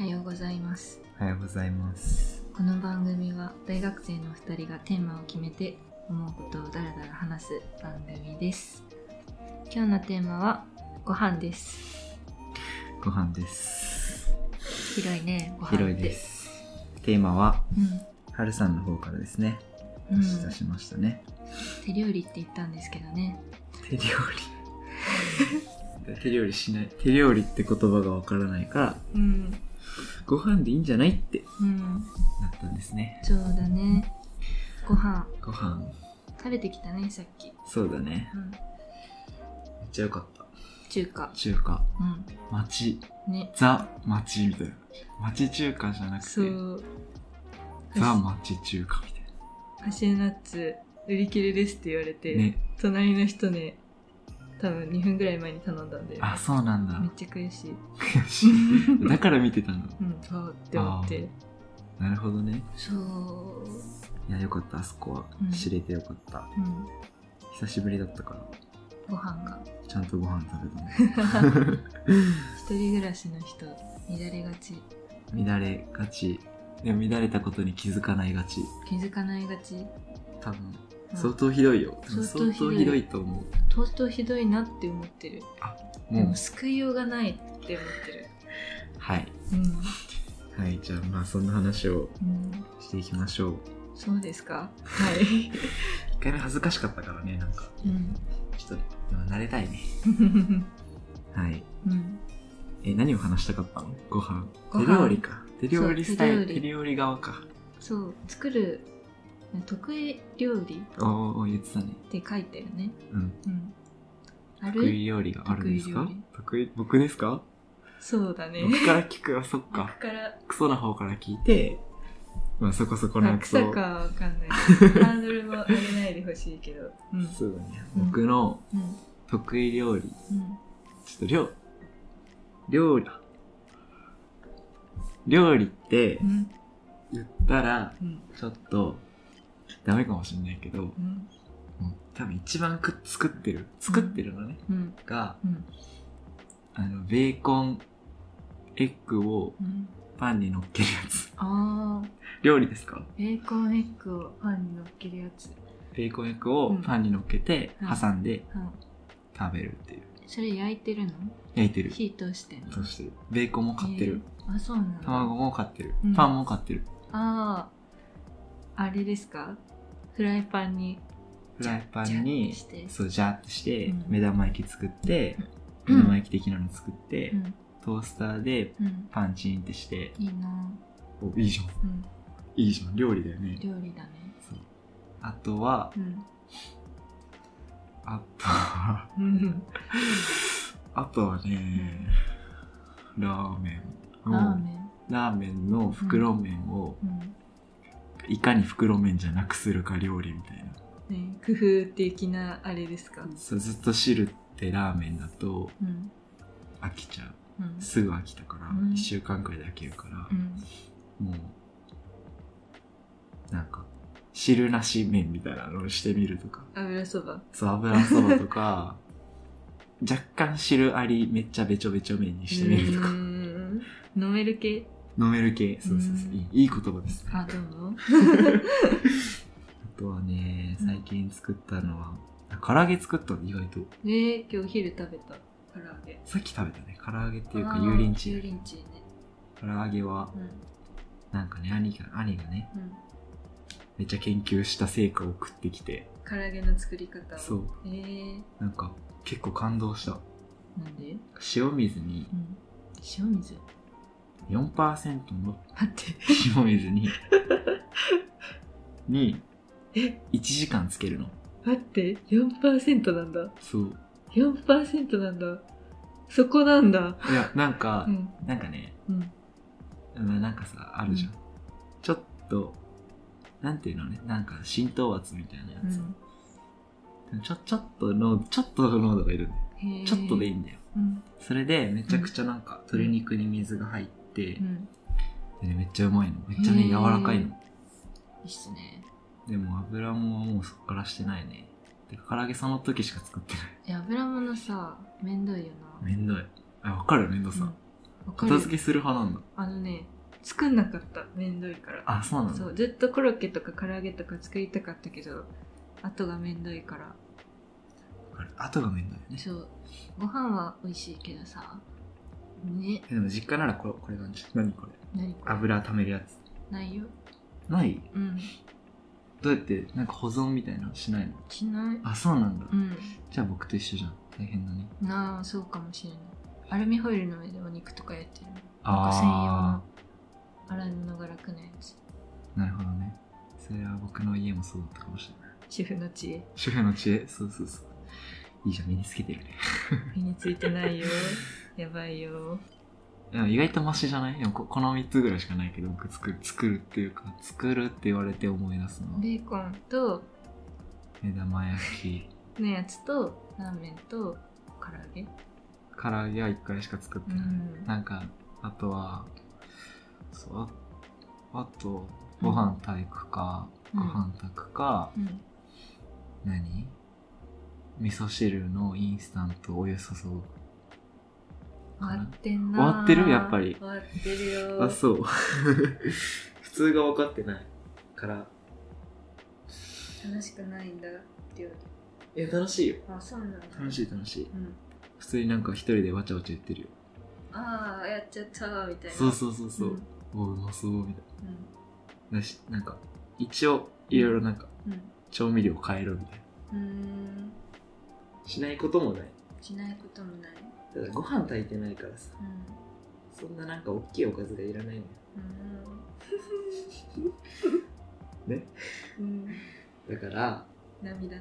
おはようございます。 おはようございます。 この番組は大学生の2人がテーマを決めて思うことをだらだら話す番組です。今日のテーマはご飯です。 ご飯です。 広いね、ご飯って。 広いです。テーマは、はるさんの方からですね、出しましたね。 手料理って言ったんですけどね。 手料理手料理しない。手料理って言葉がわからないから、ご飯でいいんじゃないってなったんですね。 そうだね。ご飯食べてきたね、さっき。 そうだね、めっちゃよかった。中華、町、ね、ザ町みたいな。町中華じゃなくて、そうザ町中華みたいな。 カシューナッツ売り切れですって言われて、ね、隣の人ね、多分2分ぐらい前に頼んだんで、 あ、そうなんだ。 めっちゃ悔しい。 悔しい。だから見てたの。 そうって思って。 なるほどね。 そう。 いや、よかった、あそこは。知れてよかった。久しぶりだったから。 ご飯が。 ちゃんとご飯食べたね。 一人暮らしの人、乱れがち。 乱れがち。でも乱れたことに気づかないがち。 気づかないがち。 多分。相当ひどいよ。相当ひどいと思う。 相当ひどいなって思ってる。でも救いようがないって思ってる。 はい。はい、じゃあまあそんな話をしていきましょう。 そうですか。はい。 一回目恥ずかしかったからね、なんか。ちょっと慣れたいね。はい。何を話したかったの？ご飯。手料理か。手料理スタイル。手料理側か。 そう、作る得意料理言ってたねって書いたよね。 得意料理があるんですか？僕ですか？そうだね。僕から聞くわ。そっか。クソな方から聞いて、まあそこそこのやつを。 クソかわかんない。ハードルも上げないでほしいけど。 そうだね。僕の得意料理。ちょっと料理って言ったらちょっとダメかもしれないけど、多分一番作ってるのね、が、ベーコンエッグをパンに乗っけるやつ。料理ですか？ ベーコンエッグをパンに乗っけるやつ。 ベーコンエッグをパンに乗っけて挟んで食べるっていう。 それ焼いてるの？ 焼いてる。 火通してるの？ 通してる。ベーコンも買ってる。 そうなんだ。 卵も買ってる。パンも買ってる。 あれですか？フライパンにそうジャーってして目玉焼き作って、目玉焼き的なの作って、トースターでパンチンってして、 いいな。 いいじゃん、いいじゃん。料理だよね。 料理だね。 そう。あとはね、ラーメンの袋麺をいかに袋麺じゃなくするか料理みたいな、 工夫的なあれですか？ そう、ずっと汁ってラーメンだと飽きちゃう、すぐ飽きたから、1週間くらいで飽きるから、もうなんか汁なし麺みたいなのをしてみるとか。 油そばとか若干汁ありめっちゃべちょべちょ麺にしてみるとか。 飲める系。 そういい言葉ですね。 どうも。 あとはね、最近作ったのは唐揚げ作ったの。意外と今日昼食べた唐揚げ。 さっき食べたね。唐揚げっていうか油淋鶏ね。唐揚げはなんかね、兄がね、めっちゃ研究した成果を送ってきて、 唐揚げの作り方を。 そう、なんか結構感動した。 なんで？ 塩水に、 塩水 4% の塩水に1時間つけるの。 待って、 4% なんだ。 そう、 4% なんだ。そこなんだ。 いや、なんかね、なんかさ、あるじゃん、ちょっとなんていうのね、なんか浸透圧みたいなやつ、ちょっと濃度がいるんだよ。ちょっとでいいんだよ、それでめちゃくちゃなんか鶏肉に水が入って、でね、めっちゃうまいの。めっちゃね、柔らかいの。いいっすね。 でも油ももうそっからしてないね。てか唐揚げその時しか作ってない。 油物さ、めんどいよな。 めんどい。わかる、めんどさ。 片付けする派なんだ。 作んなかった。めんどいから。 あ、そうなんだ。 そう、ずっとコロッケとか唐揚げとか作りたかったけど、後がめんどいから。 後がめんどいよね。 そう。ご飯は美味しいけどさ。ね。 でも実家ならこれなんじゃ。何これ。 何これ。 油溜めるやつ。 ないよ。 ない？ うん。 どうやってなんか保存みたいなのしないの？ しない。 あ、そうなんだ。 うん。 じゃあ僕と一緒じゃん。大変だね。 なあ、そうかもしれない。アルミホイルの上でお肉とかやってる。 ああ。 なんか専用の洗い物が楽なやつ。 なるほどね。それは僕の家もそうだったかもしれない。 主婦の知恵。 主婦の知恵。そうそうそう。いいじゃん、身につけてるね。 身についてないよ。やばいよ。 でも意外とマシじゃない？でもこの3つぐらいしかないけど、僕作るっていうか、作るって言われて思い出すの。 ベーコンと目玉焼きのやつとラーメンと唐揚げ。 唐揚げは1回しか作ってない。なんか、あとは、そう、あと、ご飯炊くか、ご飯炊くか、何？味噌汁のインスタントお湯注ぐ。 終わってんな。 終わってる？やっぱり。 終わってるよ。 あ、そう。普通が分かってないから。 楽しくないんだ、料理。楽しいよ。 あ、そうなんだ。 楽しい。普通になんか一人でわちゃわちゃ言ってるよ。 ああ、やっちゃったみたいな。 そう。お、うまそうみたいな。だし、なんか、一応、いろいろなんか、調味料変えろみたいな。しないこともない。ただご飯炊いてないからさ、そんななんか大きいおかずがいらないのよ。ね、だから涙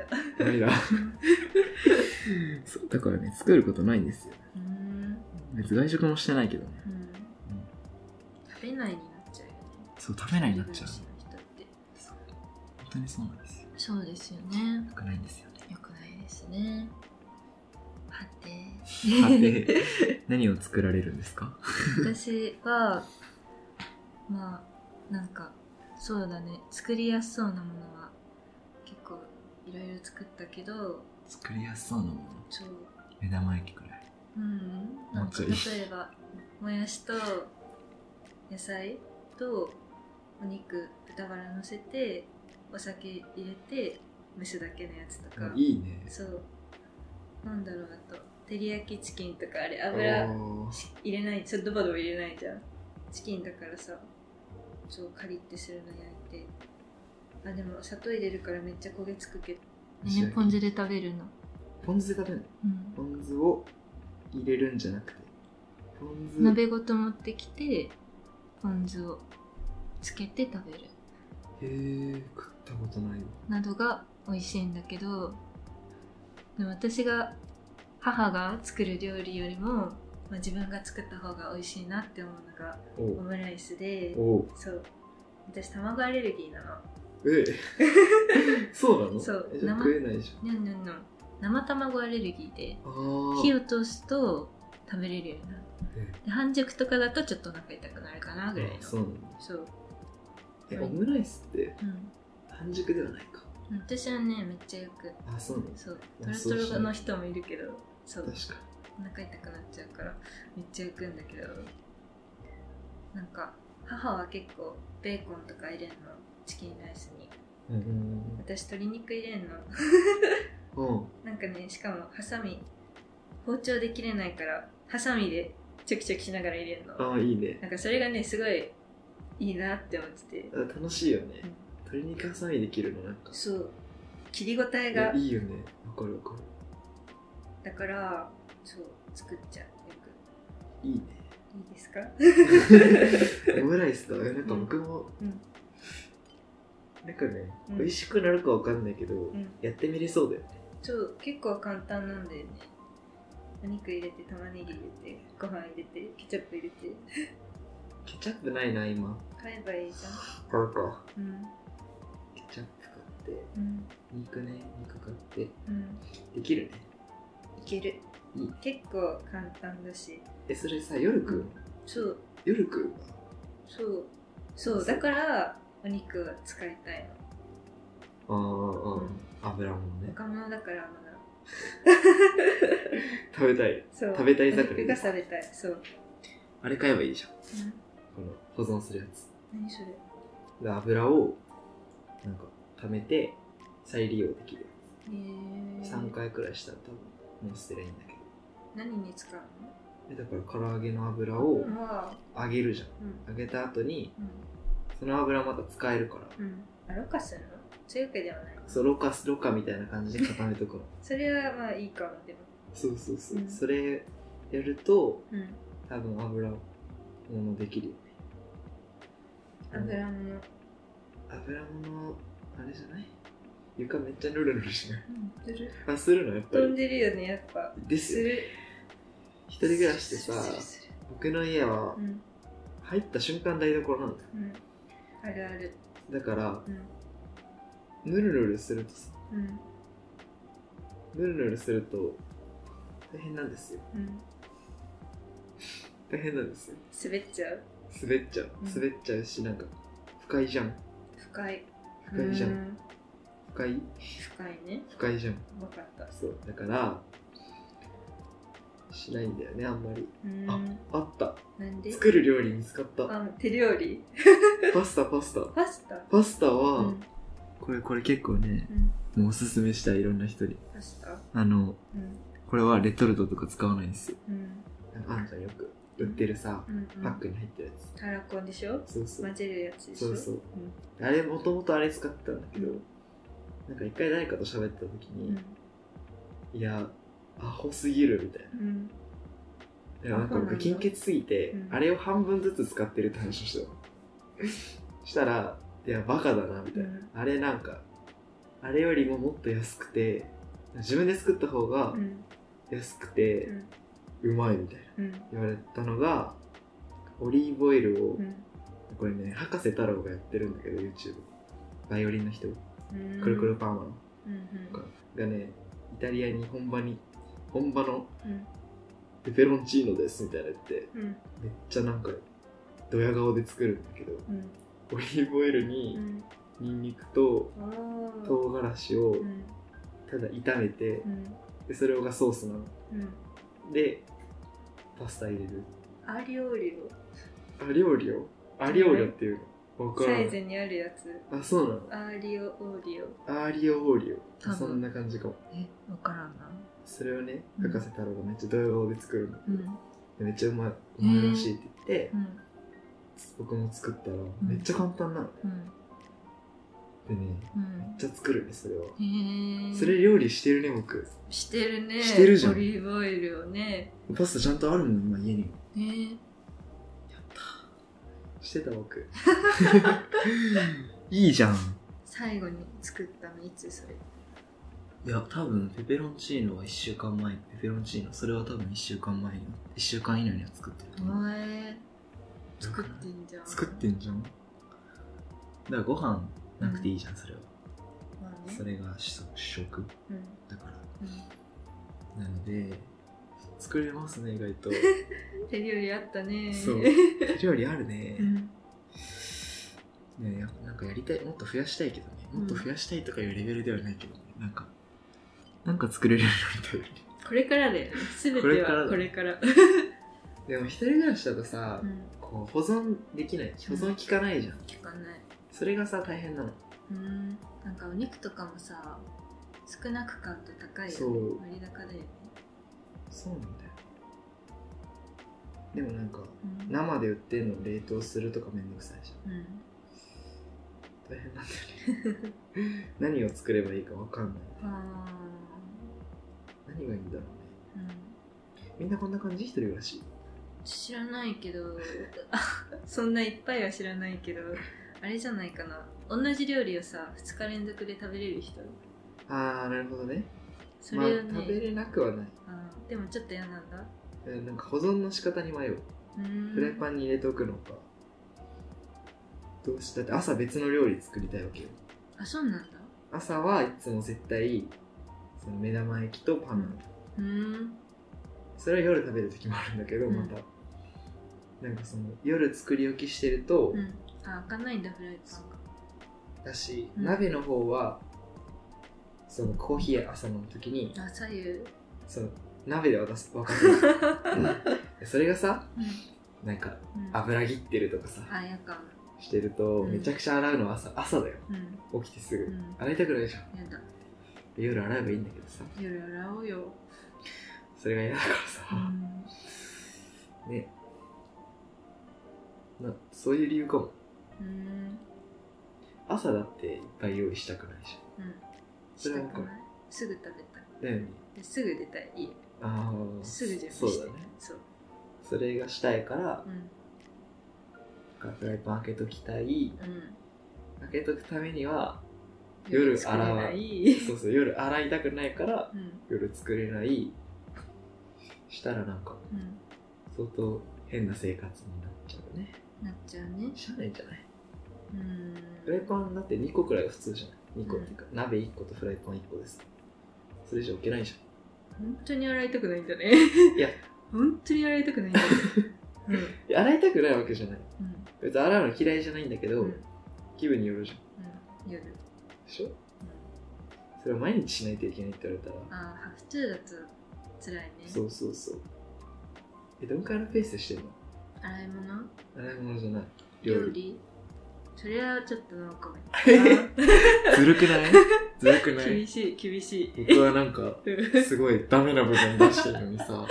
そうだからね、作ることないんですよ。別に外食もしてないけどね。 食べないになっちゃうよね。 そう、食べないになっちゃう。本当にそうなんですよ。 そうですよね。 よくないんですよね。 よくないですね。はて何を作られるんですか？ 私はまあなんかそうだね、作りやすそうなものは結構いろいろ作ったけど。 作りやすそうなもの？ そう、 目玉焼きくらい。 なんか例えばもやしと野菜とお肉、豚バラ乗せてお酒入れて蒸すだけのやつとか。 いいね。 そう、なんだろう、あと照り焼きチキンとか、あれ油入れない、ちょっとドバドバ入れないじゃん。チキンだからさ、そうカリッてするの焼いて。あ、でも砂糖入れるからめっちゃ焦げつくけど。ポン酢で食べるの。 ポン酢で食べるの？ポン酢を入れるんじゃなくて、ポン酢鍋ごと持ってきてポン酢をつけて食べる。 へえ、食ったことないわ。 などが美味しいんだけど、でも私が母が作る料理よりも、自分が作った方が美味しいなって思うのがオムライスで。そう、私卵アレルギーなの。そうなの？そう、 じゃあ食えないじゃん。 生卵アレルギーで火を通すと食べれるようになる。で半熟とかだとちょっとお腹痛くなるかなぐらいの。 そうなんだ。 そう。 オムライスって半熟ではないか。 私はね、めっちゃよく。 あ、そうなんだ。 そう、トロトロの人もいるけど、そう、 確かにお腹痛くなっちゃうからめっちゃ浮くんだけど、なんか母は結構ベーコンとか入れんの、チキンライスに。私鶏肉入れんの。なんかね、しかもハサミ、包丁で切れないからハサミでチョキチョキしながら入れんの。 ああ、いいね。 なんかそれがね、すごいいいなって思ってて。 楽しいよね。鶏肉ハサミで切るのなんか。そう。 切り応えがいいよね。わかる。 だからそう作っちゃう。よく。 いいね。 いいですか？ オムライスか。なんか僕も、なんかね、美味しくなるかわかんないけど、やってみれそうだよね。 そう、結構簡単なんだよね。お肉入れて、玉ねぎ入れて、ご飯入れて、ケチャップ入れて。 ケチャップないな、今。 買えばいいじゃん。 買うか。ケチャップ買って、肉買って、できるね。いける。結構簡単だし。それさ、夜食うの？そう。夜食うの？そう、だからお肉は使いたいの。油もね。若者だからまだ食べたい。そう、食べたい盛り。お肉が食べたい。そう。 あれ買えばいいじゃん、この保存するやつ。 何それ。 で油をなんか溜めて再利用できるやつ。3回くらいしたら多分もう捨てりゃいいんだけど。 何に使うの？ だから唐揚げの油を揚げるじゃん、揚げた後に、その油また使えるから、 ろ過するの？そういうわけではない。 そう、ろ過みたいな感じで固めとくの。 それはまあいいかも。でもそうそうそう、それやると、多分油ものできるよね。油ものあれじゃない？床めっちゃヌルヌルしない？ する。 あ、するのやっぱり。 飛んでるよね、やっぱ。 ですよ。一人暮らしってさ、僕の家は入った瞬間台所なんだよ。 あるある。 だから、ヌルヌルするとさ、ヌルヌルすると大変なんですよ。大変なんですよ。 滑っちゃうし、なんか不快じゃん。 深いじゃん。深いね。深いじゃん。 分かった。 そう、だからしないんだよね、あんまり。あった。 なんで？ 作る料理見つかった。 手料理？ パスタは、これ結構ね、もうおすすめしたい、いろんな人に。 パスタ？ これはレトルトとか使わないんですよ。あんちゃんよく売ってるさ、パックに入ってるやつ。 タラコンでしょ？ そうそう。 混ぜるやつでしょ？ そうそう。あれ、もともとあれ使ってたんだけど、なんか一回誰かと喋った時に、いや、アホすぎるみたいな。いや、なんか僕金欠すぎて、あれを半分ずつ使ってるって話をしたの。したら、いや、バカだなみたいな。あれなんか、あれよりももっと安くて、自分で作った方が安くて、うまいみたいな言われたのが、オリーブオイルを、これね、博士太郎がやってるんだけど、YouTube。バイオリンの人。くるくるパーマの。がね、イタリアに本場のペペロンチーノですみたいな言って、めっちゃなんかドヤ顔で作るんだけど、オリーブオイルにニンニクと唐辛子をただ炒めて、でそれがソースなの、でパスタ入れる。 アリオリオっていうのサイズにあるやつ。 あ、そうなの。 アーリオオーリオ。 そんな感じかも。 わからんな。 それをね、博士太郎がめっちゃドヤ顔で作るの、めっちゃうまいらしいって言って、僕も作ったらめっちゃ簡単なの、でね、めっちゃ作るね、それは。それ料理してるね、僕。 してるね。 してるじゃん。 オリーブオイルをね。 パスタちゃんとあるもん、今家に。やった。してた、僕。いいじゃん。 最後に作ったのいつ？それ。 いや、多分ペペロンチーノは1週間前。それは多分1週間前に、1週間以内には作ってると思う。 作ってんじゃん。 だからご飯なくていいじゃん、それは。それが主食だから。なので、作れますね、意外と。 手料理あったね。 そう。手料理あるね。ね、なんかやりたい、もっと増やしたいけどね。もっと増やしたいとかいうレベルではないけどね。なんか作れるようになりたいよね。 これからだよね。全てはこれから。 でも一人暮らしだとさ、こう保存できない。保存効かないじゃん。 効かない。それがさ、大変なの。 なんかお肉とかもさ、少なく買うと高いよね。 そう。 割高だよね。 そうなんだよ。でもなんか、生で売ってるのを冷凍するとかめんどくさいじゃん。大変なんだよね。何を作ればいいか分かんない。何がいいんだろうね。みんなこんな感じ？一人暮らし？ 知らないけどそんないっぱいは知らないけど、あれじゃないかな、同じ料理をさ2日連続で食べれる人。 ああ、なるほどね。 それをね、 食べれなくはない。 でもちょっと嫌なんだ。 なんか保存の仕方に迷う。フライパンに入れておくのか、どうしたって朝別の料理作りたいわけよ。 あ、そうなんだ。 朝はいつも絶対その目玉焼きとパンなの。それは夜食べる時もあるんだけど、またなんかその夜作り置きしてると、 開かないんだ、フライパンが。 だし、鍋の方はそのコーヒー朝飲む時に左右その鍋で沸かすそれがさ、 なんか油切ってるとかさ、 あ、やかもしてると、めちゃくちゃ洗うのは朝だよ、起きてすぐ、洗いたくないじゃん。 やだ。 夜洗えばいいんだけどさ、 夜洗おうよ。 それが嫌だからさ、ね、そういう理由かも。朝だっていっぱい用意したくないじゃん。それは分かる。 すぐ食べたい。 だよね。 すぐ出たい。いい。 ああ、 すぐ準備して。 そうだね。それがしたいから、フライパン開けときたい。開けとくためには夜洗わそう夜洗いたくないから、夜作れない。したらなんか、相当変な生活になっちゃうね。 なっちゃうね。 しゃあないんじゃない？フライパンだって2個くらいが普通じゃない？2個っていうか、鍋1個とフライパン1個です。それ以上置けないじゃん。 本当に洗いたくないんだね。 いや本当に洗いたくないんだね。 洗いたくないわけじゃない。別に洗うの嫌いじゃないんだけど、気分によるじゃん。 夜。 でしょ？それを毎日しないといけないって言われたら。 ああ、普通だと辛いね。 そうそうそう。どんくらいのペースでしてんの？ 洗い物？ 洗い物じゃない。 料理？それはちょっとノーコメント。 ずるくない？ずるくない？ 厳しい、厳しい。 僕はなんか、すごいダメな部分出してるのにさ。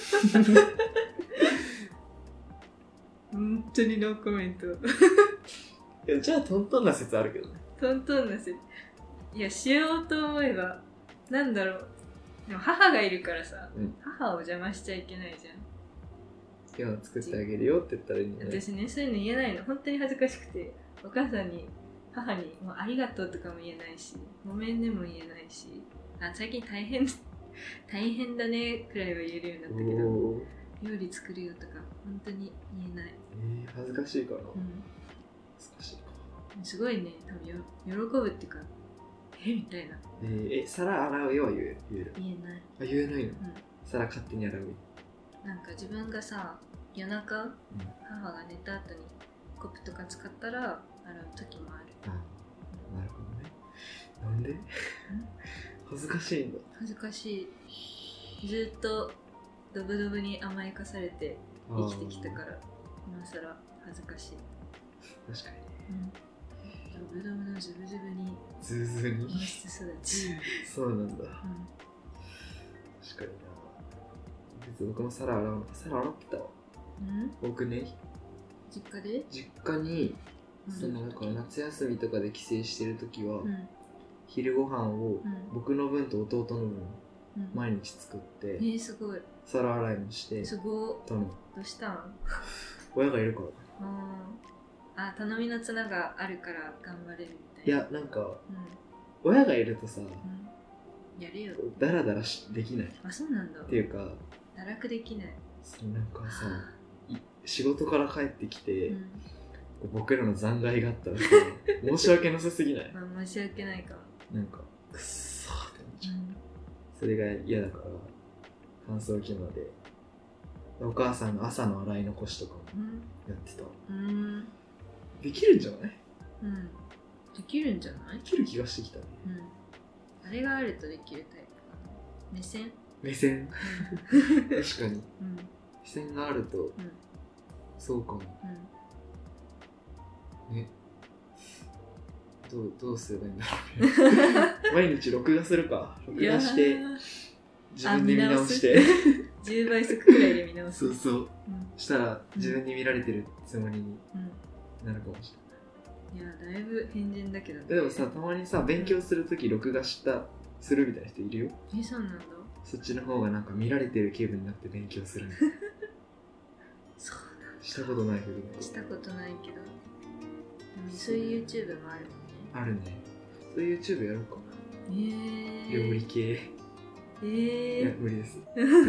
本当にノーコメント。 じゃあトントンな説あるけどね。 トントンな説。いや、しようと思えば、なんだろう。でも母がいるからさ、母を邪魔しちゃいけないじゃん。 今日作ってあげるよって言ったらいいんだね。 私ね、そういうの言えないの。本当に恥ずかしくて、お母さんに、母にもうありがとうとかも言えないし、ごめんねも言えないし、最近大変だねくらいは言えるようになったけど、料理作るよとか本当に言えない。 恥ずかしいかな。恥ずかしいか。 すごいね、多分喜ぶっていうか、みたいな。 皿洗うよは言える？ 言えない。 言えないの？皿勝手に洗う。 なんか自分がさ、夜中、母が寝た後にコップとか使ったら洗う時もある。 なるほどね。なんで？恥ずかしいんだ。 恥ずかしい。ずっとドブドブに甘やかされて生きてきたから、今更恥ずかしい。 確かにね。 ドブドブのズブズブにズーズーに温室育ち。 そうなんだ。確かにな。別に僕も皿洗ってたわ。僕ね、 実家で？ 実家になんか夏休みとかで帰省してるときは、昼ご飯を僕の分と弟の分毎日作って、 すごい。 皿洗いもして。 すごい。 どうしたん？ 親がいるから。 頼みの綱があるから頑張れるみたいな。いや、なんか、親がいるとさ、 やれよ。 ダラダラできない。 そうなんだ。 っていうか、 堕落できない。 なんかさ、仕事から帰ってきて、僕らの残骸があったらさ、申し訳なさすぎない？ 申し訳ないかも。 なんか、くっそーってなっちゃう。それが嫌だから、乾燥機まで。お母さんの朝の洗い残しとかもやってた。できるんじゃない？ できるんじゃない？ できる気がしてきたね。 あれがあるとできるタイプかな。目線確かに。目線があると、そうかも。ね。どうすればいいんだろうね。毎日録画するか。録画して、自分で見直して。 10倍速くらいで見直す。 そう。したら、自分に見られてるつもりになるかもしれない。いや、だいぶ変人だけどね。 でもさ、たまにさ、勉強するとき録画するみたいな人いるよ。 そうなんだ。 そっちの方がなんか見られてる気分になって勉強する。 そうなんだ。 したことないけど。 したことないけど。そういう YouTube もあるもんね。 あるね。そういう YouTube やろうかな。料理系。いや、無理です。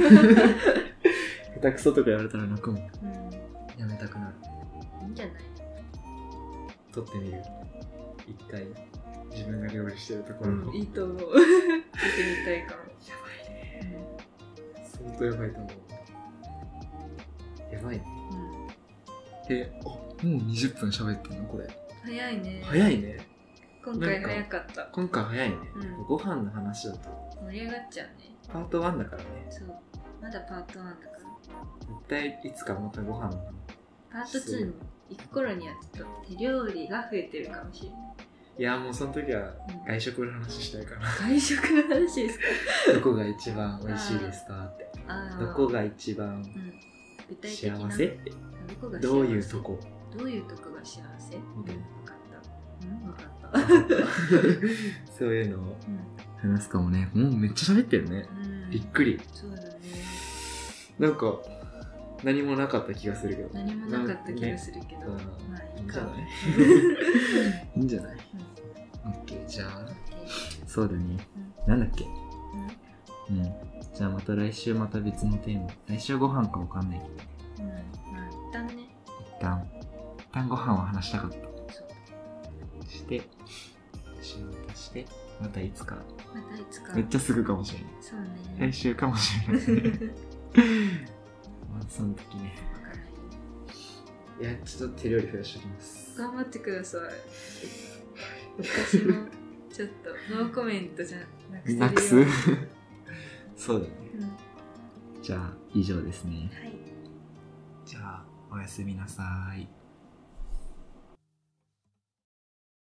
下手くそとか言われたら泣くもん。やめたくなる。 いいんじゃない？ 撮ってみる。一回、自分が料理してるところを。 いいと思う。見てみたいかも。 やばいね。相当やばいと思う。やばいね。もう20分喋ってんのこれ。 早いね。 早いね。 今回早かった。 今回早いね。ご飯の話だと盛り上がっちゃうね。 パート1だからね。 そう。まだパート1だから。 絶対いつかまたご飯のパート2に行く頃にはちょっと手料理が増えてるかもしれない。 いやもうその時は外食の話したいから、 外食の話ですか？ どこが一番美味しいですかって、どこが一番具体的な幸せって、どういうとこが幸せみたいな。分かったそういうのを話すかもね。もうめっちゃ喋ってるね、びっくり。 そうだね。 なんか何もなかった気がするけど。 何もなかった気がするけど、まあいいか。 いいんじゃない？オッケー、じゃあそうだね。なんだっけ？じゃあまた来週また別のテーマ。来週ご飯かわかんないけど。 まあ一旦ね。 一旦ご飯を話したかった。してまたいつか。めっちゃすぐかもしれない。 そうね。 来週かもしれない。まあその時ね。いやちょっと手料理増やしておきます。 頑張ってください。私もちょっとノーコメントじゃなくするよ。 そうだね。じゃあ以上ですね。 はい。 じゃあおやすみなさい。